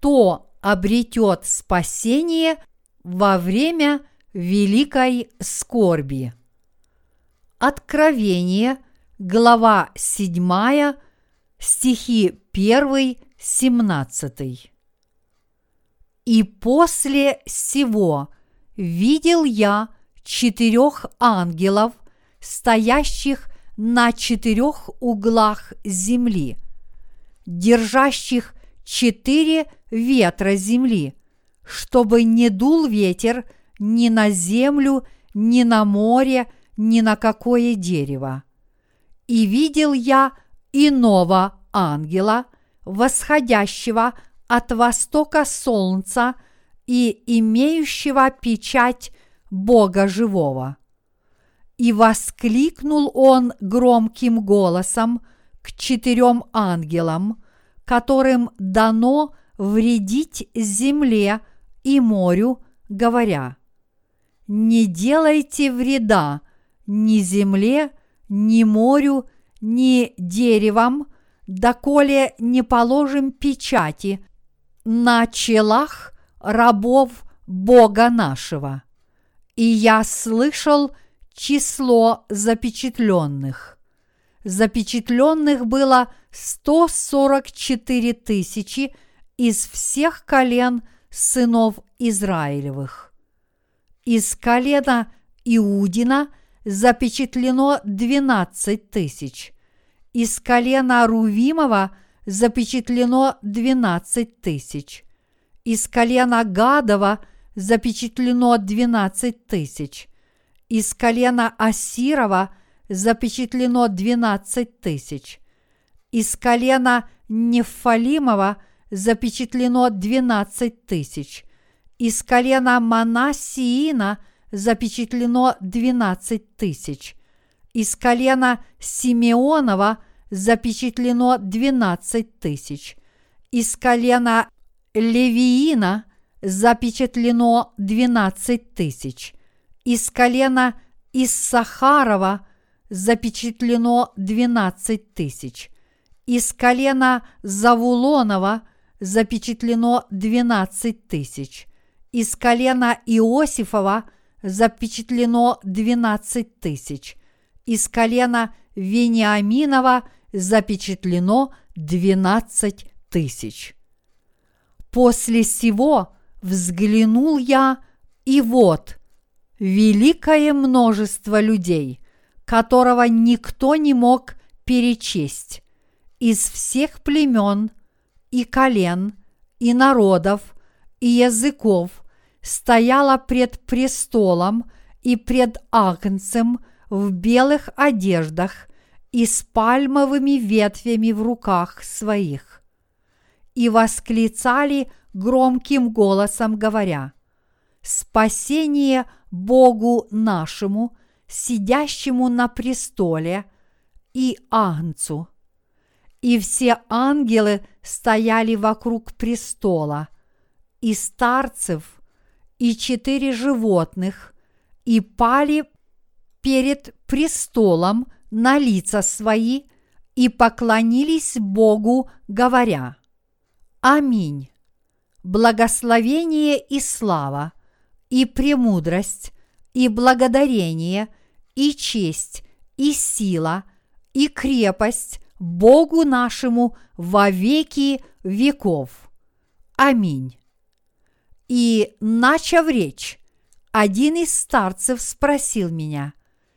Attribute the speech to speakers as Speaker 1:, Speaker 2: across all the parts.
Speaker 1: кто обретет спасение во время великой скорби. Откровение, глава 7, стихи 1-17. «И после сего видел я 4 ангелов, стоящих на 4 углах земли, держащих 4 ветра земли, чтобы не дул ветер ни на землю, ни на море, ни на какое дерево. И видел я иного ангела, восходящего от востока солнца и имеющего печать Бога живого. И воскликнул он громким голосом к 4 ангелам, которым дано вредить земле и морю, говоря: не делайте вреда ни земле, ни морю, ни деревам, доколе не положим печати на челах рабов Бога нашего. И я слышал число запечатленных. Запечатленных было 144 тысячи из всех колен сынов Израилевых. Из колена Иудина запечатлено 12 тысяч. Из колена Рувимова запечатлено 12 тысяч. Из колена Гадова запечатлено 12 тысяч. Из колена Асирова запечатлено 12 тысяч. Из колена Нефалимова запечатлено 12 тысяч. Из колена Манассиина запечатлено 12 тысяч. Из колена Симеонова запечатлено 12 тысяч. Из колена Левиина запечатлено 12 тысяч. Из колена Иссахарова запечатлено 12 тысяч. Из колена Завулонова запечатлено 12 тысяч. Из колена Иосифова запечатлено 12 тысяч. Из колена Вениаминова запечатлено 12 тысяч. После сего взглянул я, и вот великое множество людей, которого никто не мог перечесть, из всех племен и колен, и народов, и языков, стояло пред престолом и пред Агнцем в белых одеждах и с пальмовыми ветвями в руках своих. И восклицали громким голосом, говоря: «Спасение Богу нашему, сидящему на престоле, и Агнцу!» И все ангелы стояли вокруг престола, и старцев, и 4 животных, и пали перед престолом на лица свои, и поклонились Богу, говоря: «Аминь! Благословение и слава, и премудрость, и благодарение, и честь, и сила, и крепость Богу нашему во веки веков. Аминь». И, начав речь, один из старцев спросил меня: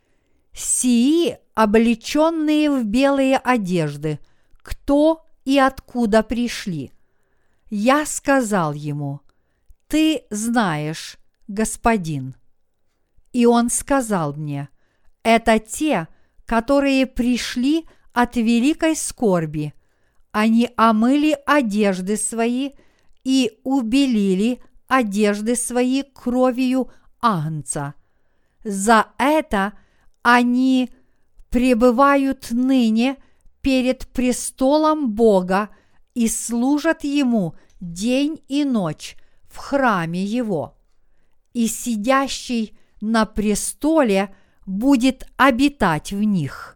Speaker 1: «Сии, облеченные в белые одежды, кто и откуда пришли?» Я сказал ему: «Ты знаешь, господин». И он сказал мне: «Это те, которые пришли от великой скорби. Они омыли одежды свои и убелили одежды свои кровью Агнца. За это они пребывают ныне перед престолом Бога и служат Ему день и ночь в храме Его. И сидящий на престоле будет обитать в них.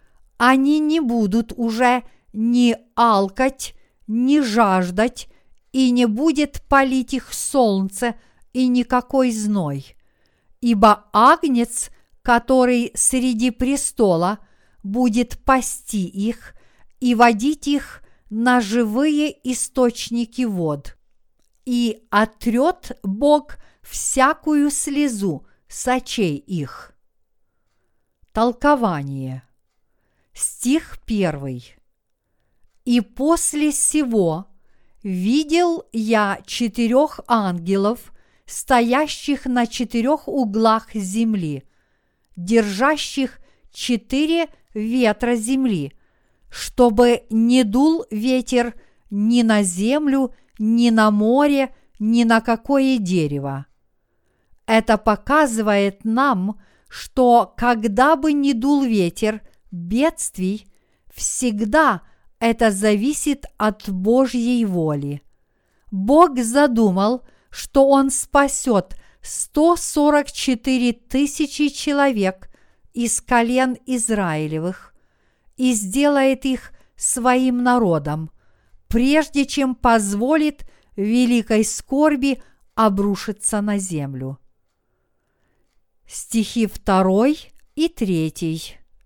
Speaker 1: Они не будут уже ни алкать, ни жаждать, и не будет палить их солнце и никакой зной. Ибо агнец, который среди престола, будет пасти их и водить их на живые источники вод. И отрет Бог всякую слезу с очей их. Толкование. Стих 1. И после сего видел я 4 ангелов, стоящих на 4 углах земли, держащих 4 ветра земли, чтобы не дул ветер ни на землю, ни на море, ни на какое дерево. Это показывает нам, что когда бы ни дул ветер бедствий, всегда это зависит от Божьей воли. Бог задумал, что Он спасет 144 тысячи человек из колен Израилевых и сделает их своим народом, прежде чем позволит великой скорби обрушиться на землю. Стихи 2 и 3.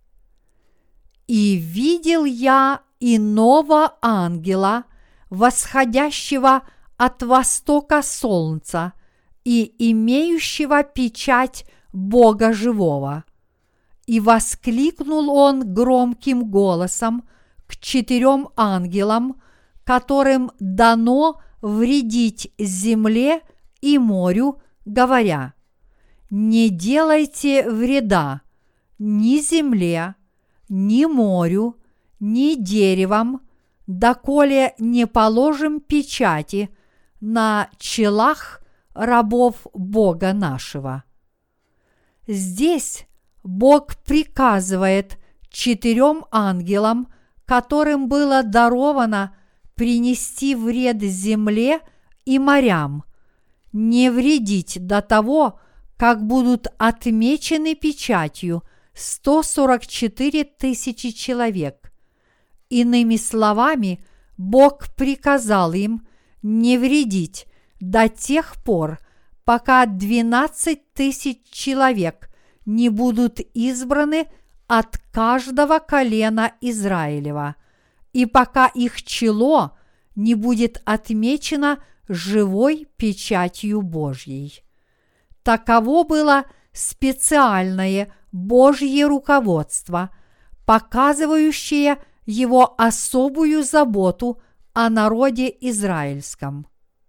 Speaker 1: «И видел я иного ангела, восходящего от востока солнца и имеющего печать Бога живого. И воскликнул он громким голосом к 4 ангелам, которым дано вредить земле и морю, говоря: не делайте вреда ни земле, ни морю, ни деревам, доколе не положим печати на челах рабов Бога нашего». Здесь Бог приказывает 4 ангелам, которым было даровано принести вред земле и морям, не вредить до того, как будут отмечены печатью 144 тысячи человек. Иными словами, Бог приказал им не вредить до тех пор, пока 12 тысяч человек не будут избраны от каждого колена Израилева, и пока их чело не будет отмечено живой печатью Божьей. Таково было специальное Божье руководство, показывающее Его особую заботу о народе израильском.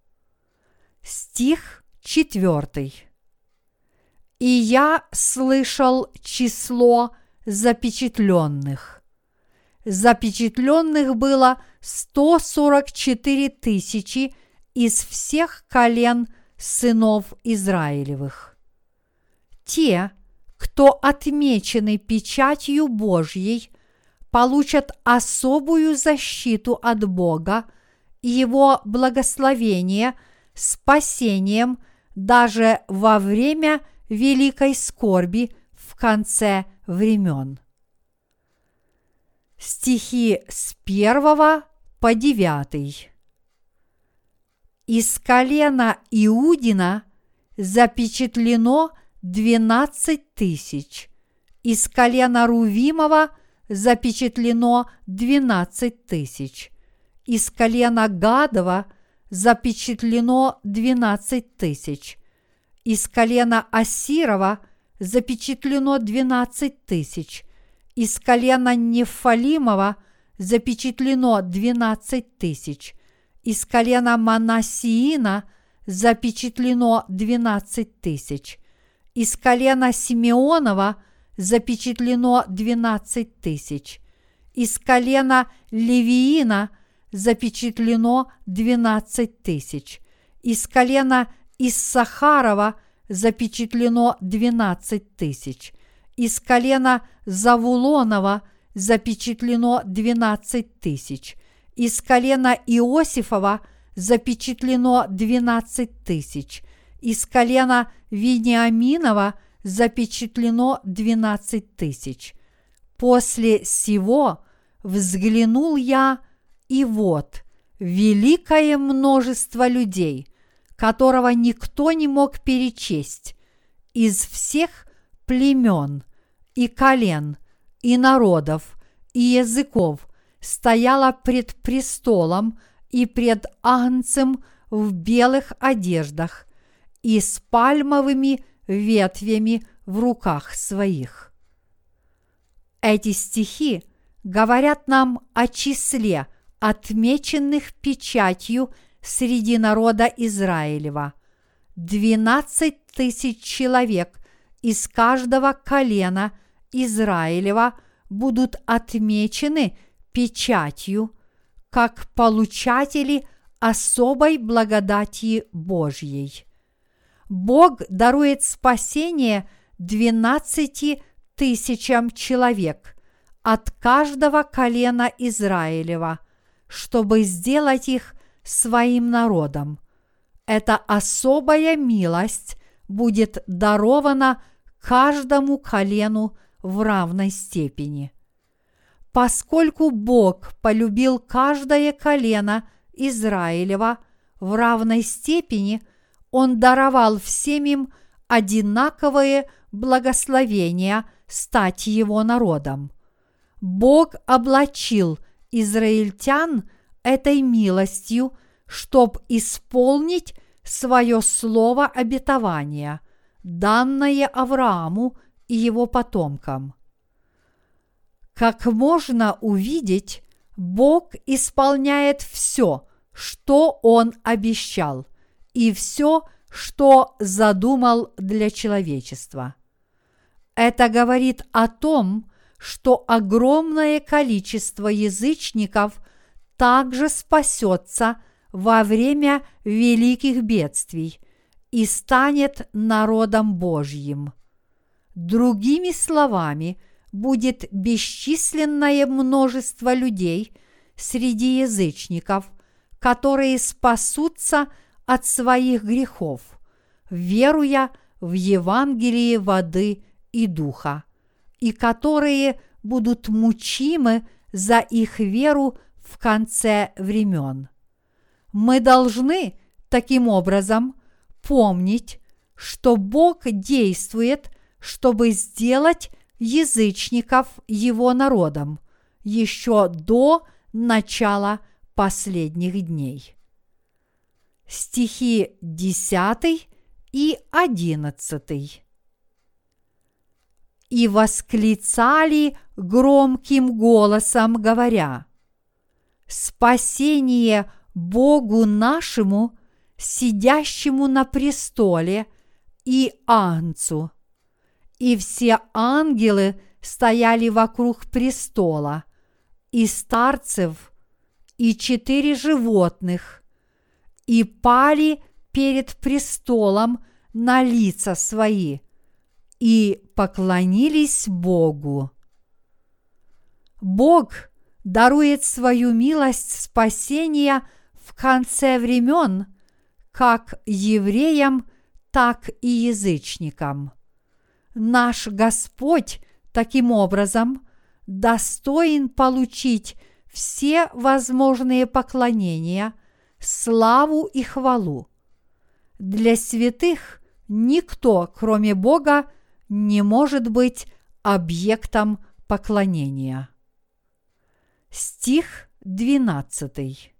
Speaker 1: Стих 4. «И я слышал число запечатленных. Запечатленных было 144 тысячи из всех колен сынов Израилевых. Те, кто отмечены печатью Божьей, получат особую защиту от Бога и Его благословение спасением даже во время великой скорби в конце времен. Стихи с 1 по 9. Из колена Иудина запечатлено 12 тысяч, из колена Рувимова запечатлено 12 тысяч, из колена Гадова запечатлено 12 тысяч, из колена Асирова запечатлено 12 тысяч, из колена Нефалимова запечатлено 12 тысяч, из колена Манассиина запечатлено 12 тысяч, из колена Симеонова запечатлено 12 тысяч, из колена Левиина запечатлено 12 тысяч, из колена Иссахарова запечатлено 12 тысяч, из колена Завулонова запечатлено 12 тысяч, из колена Иосифова запечатлено 12 тысяч, из колена Вениаминова запечатлено 12 тысяч. После сего взглянул я, и вот великое множество людей, которого никто не мог перечесть, из всех племен и колен, и народов, и языков, стояло пред престолом и пред Агнцем в белых одеждах и с пальмовыми ветвями в руках своих. Эти стихи говорят нам о числе отмеченных печатью среди народа Израилева. 12 тысяч человек из каждого колена Израилева будут отмечены печатью, как получатели особой благодати Божьей. Бог дарует спасение 12 тысячам человек от каждого колена Израилева, чтобы сделать их своим народом. Эта особая милость будет дарована каждому колену в равной степени. Поскольку Бог полюбил каждое колено Израилева в равной степени, Он даровал всем им одинаковые благословения стать Его народом. Бог облачил израильтян этой милостью, чтоб исполнить свое слово обетования, данное Аврааму и его потомкам. Как можно увидеть, Бог исполняет все, что Он обещал, и все, что задумал для человечества. Это говорит о том, что огромное количество язычников также спасется во время великих бедствий и станет народом Божьим. Другими словами, будет бесчисленное множество людей среди язычников, которые спасутся от своих грехов, веруя в Евангелие воды и духа, и которые будут мучимы за их веру в конце времен. Мы должны таким образом помнить, что Бог действует, чтобы сделать язычников Его народом еще до начала последних дней. Стихи 10 и 11. «И восклицали громким голосом, говоря: Спасение Богу нашему, сидящему на престоле, и Агнцу. И все ангелы стояли вокруг престола, и старцев, и 4 животных, и пали перед престолом на лица свои, и поклонились Богу». Бог дарует свою милость спасения в конце времен как евреям, так и язычникам. Наш Господь таким образом достоин получить все возможные поклонения, славу и хвалу. Для святых никто, кроме Бога, не может быть объектом поклонения. Стих 12.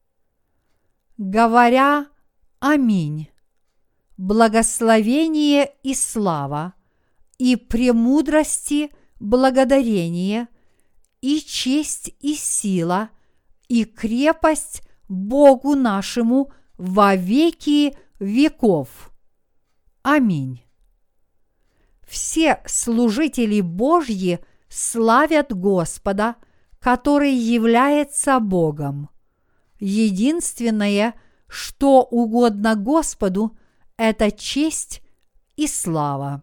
Speaker 1: «Говоря: Аминь, благословение и слава, и премудрости благодарение, и честь и сила, и крепость Богу нашему во веки веков. Аминь». Все служители Божьи славят Господа, который является Богом. Единственное, что угодно Господу, это честь и слава.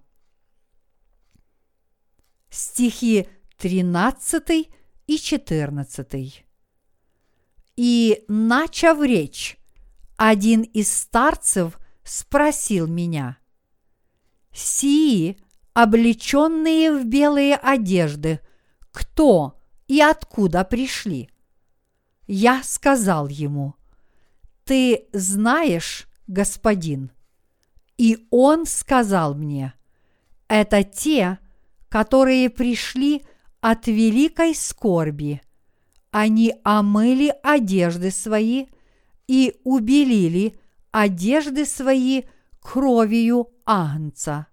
Speaker 1: Стихи 13 и 14. «И, начав речь, один из старцев спросил меня: Сии, облеченные в белые одежды, кто и откуда пришли? Я сказал ему: «Ты знаешь, господин?» И он сказал мне: «Это те, которые пришли от великой скорби. Они омыли одежды свои и убелили одежды свои кровью агнца».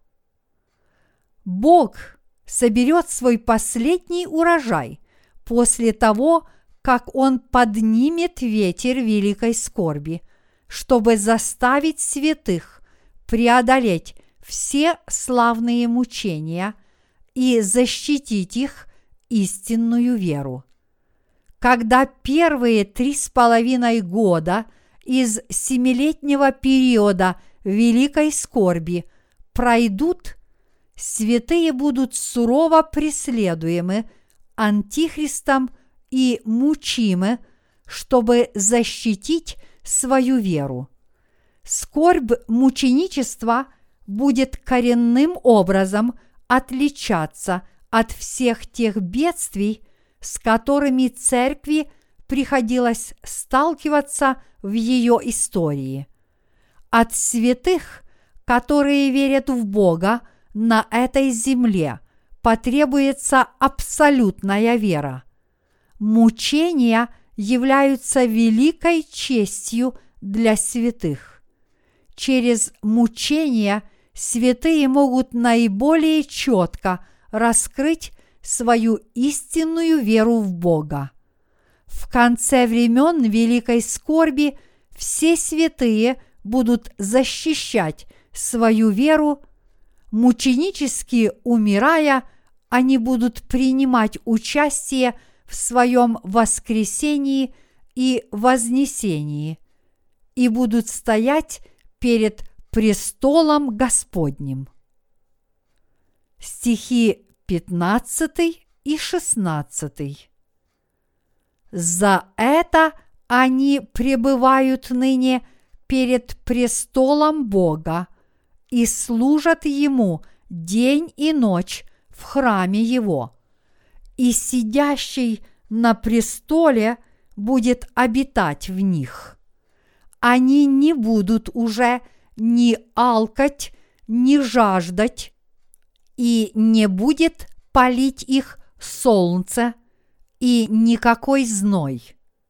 Speaker 1: Бог соберет свой последний урожай после того, как Он поднимет ветер великой скорби, чтобы заставить святых преодолеть все славные мучения и защитить их истинную веру. Когда первые 3,5 года из 7-летнего периода великой скорби пройдут, святые будут сурово преследуемы Антихристом и мучимы, чтобы защитить свою веру. Скорбь мученичества будет коренным образом отличаться от всех тех бедствий, с которыми церкви приходилось сталкиваться в ее истории. От святых, которые верят в Бога, на этой земле потребуется абсолютная вера. Мучения являются великой честью для святых. Через мучения святые могут наиболее четко раскрыть свою истинную веру в Бога. В конце времен великой скорби все святые будут защищать свою веру. Мученически умирая, они будут принимать участие в своем воскресении и вознесении и будут стоять перед престолом Господним. Стихи 15 и 16. «За это они пребывают ныне перед престолом Бога и служат Ему день и ночь в храме Его, и сидящий на престоле будет обитать в них. Они не будут уже ни алкать, ни жаждать, и не будет палить их солнце и никакой зной.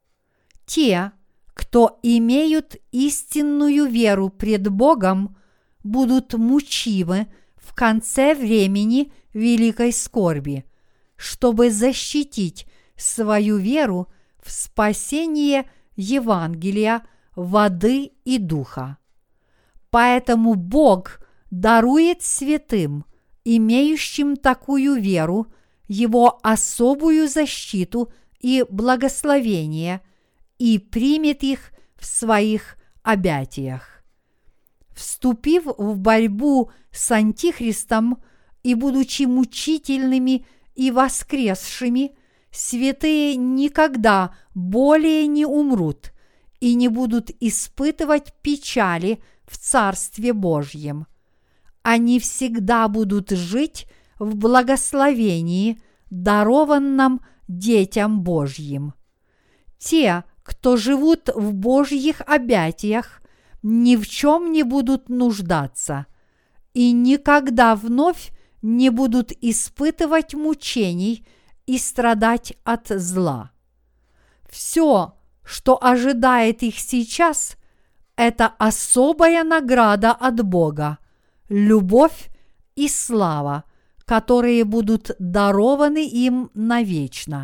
Speaker 1: Те, кто имеют истинную веру пред Богом, будут мучимы в конце времени великой скорби, чтобы защитить свою веру в спасение Евангелия, воды и духа. Поэтому Бог дарует святым, имеющим такую веру, Его особую защиту и благословение и примет их в своих обятиях. Вступив в борьбу с Антихристом и будучи мучительными и воскресшими, святые никогда более не умрут и не будут испытывать печали в Царстве Божьем. Они всегда будут жить в благословении, дарованном детям Божьим. Те, кто живут в Божьих обятиях, ни в чем не будут нуждаться и никогда вновь не будут испытывать мучений и страдать от зла. Все, что ожидает их сейчас, это особая награда от Бога, любовь и слава, которые будут дарованы им навечно.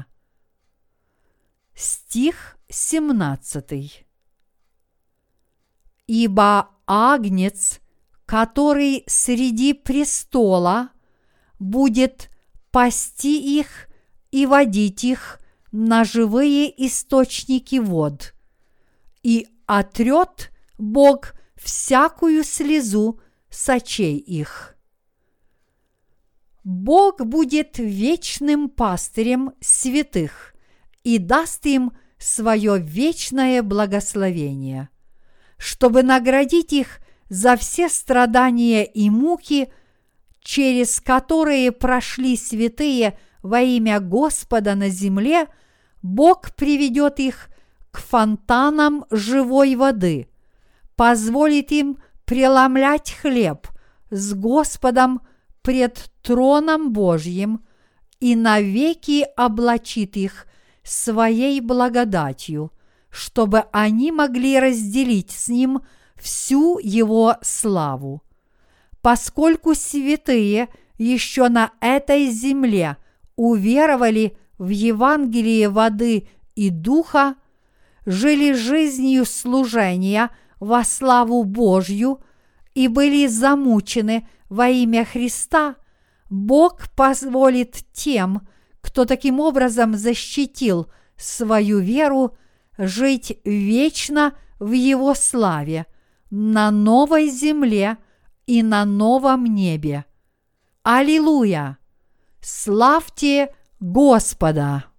Speaker 1: Стих 17. «Ибо агнец, который среди престола, будет пасти их и водить их на живые источники вод, и отрет Бог всякую слезу с очей их». Бог будет вечным пастырем святых и даст им свое вечное благословение, чтобы наградить их за все страдания и муки, через которые прошли святые во имя Господа на земле. Бог приведет их к фонтанам живой воды, позволит им преломлять хлеб с Господом пред троном Божьим и навеки облачит их своей благодатью, чтобы они могли разделить с Ним всю Его славу. Поскольку святые еще на этой земле уверовали в Евангелие воды и духа, жили жизнью служения во славу Божью и были замучены во имя Христа, Бог позволит тем, кто таким образом защитил свою веру, жить вечно в Его славе, на новой земле и на новом небе. Аллилуйя! Славьте Господа!